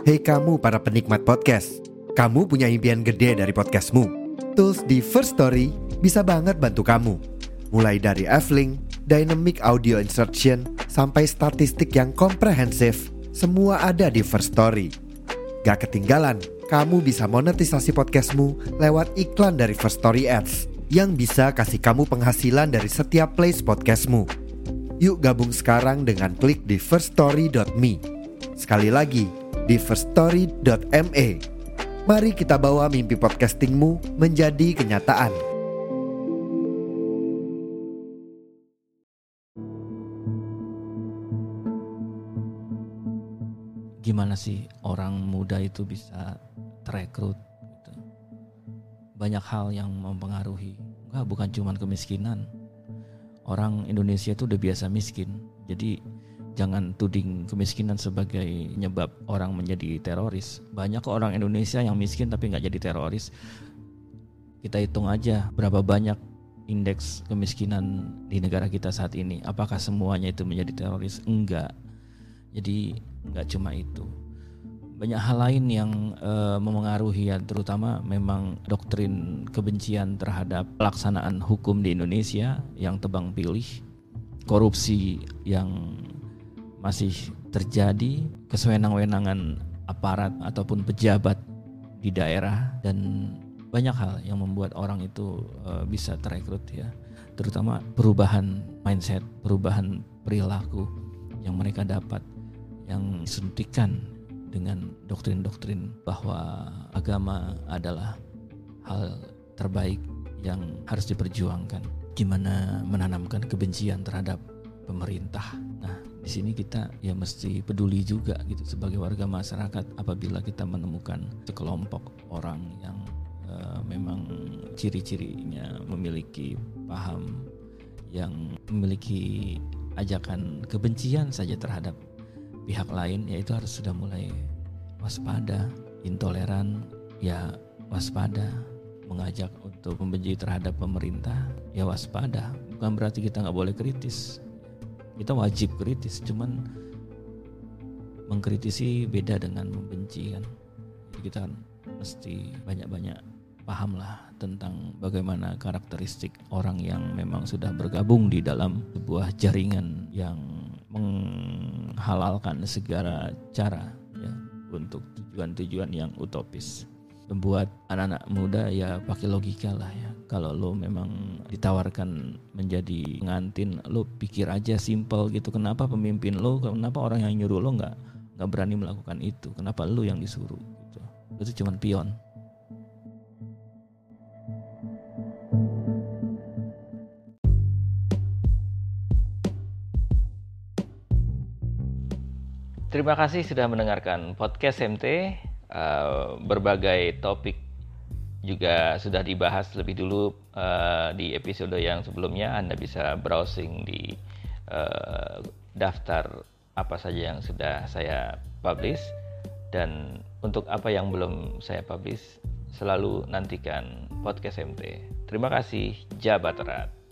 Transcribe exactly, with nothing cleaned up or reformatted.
Hei kamu para penikmat podcast, kamu punya impian gede dari podcastmu. Tools di First Story bisa banget bantu kamu. Mulai dari F-Link, Dynamic Audio Insertion, sampai statistik yang komprehensif, semua ada di First Story. Gak ketinggalan, kamu bisa monetisasi podcastmu lewat iklan dari First Story Ads yang bisa kasih kamu penghasilan dari setiap plays podcastmu. Yuk gabung sekarang dengan klik di first story dot me. Sekali lagi, di first story dot me. Mari kita bawa mimpi podcastingmu menjadi kenyataan. Gimana sih orang muda itu bisa terekrut gitu. Banyak hal yang mempengaruhi. Enggak, bukan cuma kemiskinan. Orang Indonesia itu udah biasa miskin. Jadi jangan tuding kemiskinan sebagai penyebab orang menjadi teroris. Banyak kok orang Indonesia yang miskin tapi gak jadi teroris. Kita hitung aja berapa banyak indeks kemiskinan di negara kita saat ini. Apakah semuanya itu menjadi teroris? Enggak. Jadi enggak cuma itu. Banyak hal lain yang uh, memengaruhi ya, terutama memang doktrin kebencian terhadap pelaksanaan hukum di Indonesia yang tebang pilih, korupsi yang masih terjadi, kesewenang-wenangan aparat ataupun pejabat di daerah, dan banyak hal yang membuat orang itu uh, bisa terekrut ya, terutama perubahan mindset, perubahan perilaku yang mereka dapat, yang disuntikan dengan doktrin-doktrin bahwa agama adalah hal terbaik yang harus diperjuangkan. Gimana menanamkan kebencian terhadap pemerintah. Nah, di sini kita ya mesti peduli juga gitu sebagai warga masyarakat apabila kita menemukan sekelompok orang yang uh, memang ciri-cirinya memiliki paham yang memiliki ajakan kebencian saja terhadap pihak lain, ya itu harus sudah mulai waspada. Intoleran ya waspada, mengajak untuk membenci terhadap pemerintah ya waspada. Bukan berarti kita nggak boleh kritis, kita wajib kritis, cuman mengkritisi beda dengan membenci kan. Jadi kita mesti banyak-banyak paham lah tentang bagaimana karakteristik orang yang memang sudah bergabung di dalam sebuah jaringan yang menghalalkan segala cara ya untuk tujuan-tujuan yang utopis. Membuat anak-anak muda ya pakai logika lah ya. Kalau lo memang ditawarkan menjadi pengantin, lo pikir aja simple gitu. Kenapa pemimpin lo, kenapa orang yang nyuruh lo nggak nggak berani melakukan itu? Kenapa lo yang disuruh? Gitu. Lo itu cuma pion. Terima kasih sudah mendengarkan podcast M T. Uh, berbagai topik juga sudah dibahas lebih dulu uh, di episode yang sebelumnya. Anda bisa browsing di uh, daftar apa saja yang sudah saya publish, dan untuk apa yang belum saya publish selalu nantikan podcast M T. Terima kasih, Jabat Erat.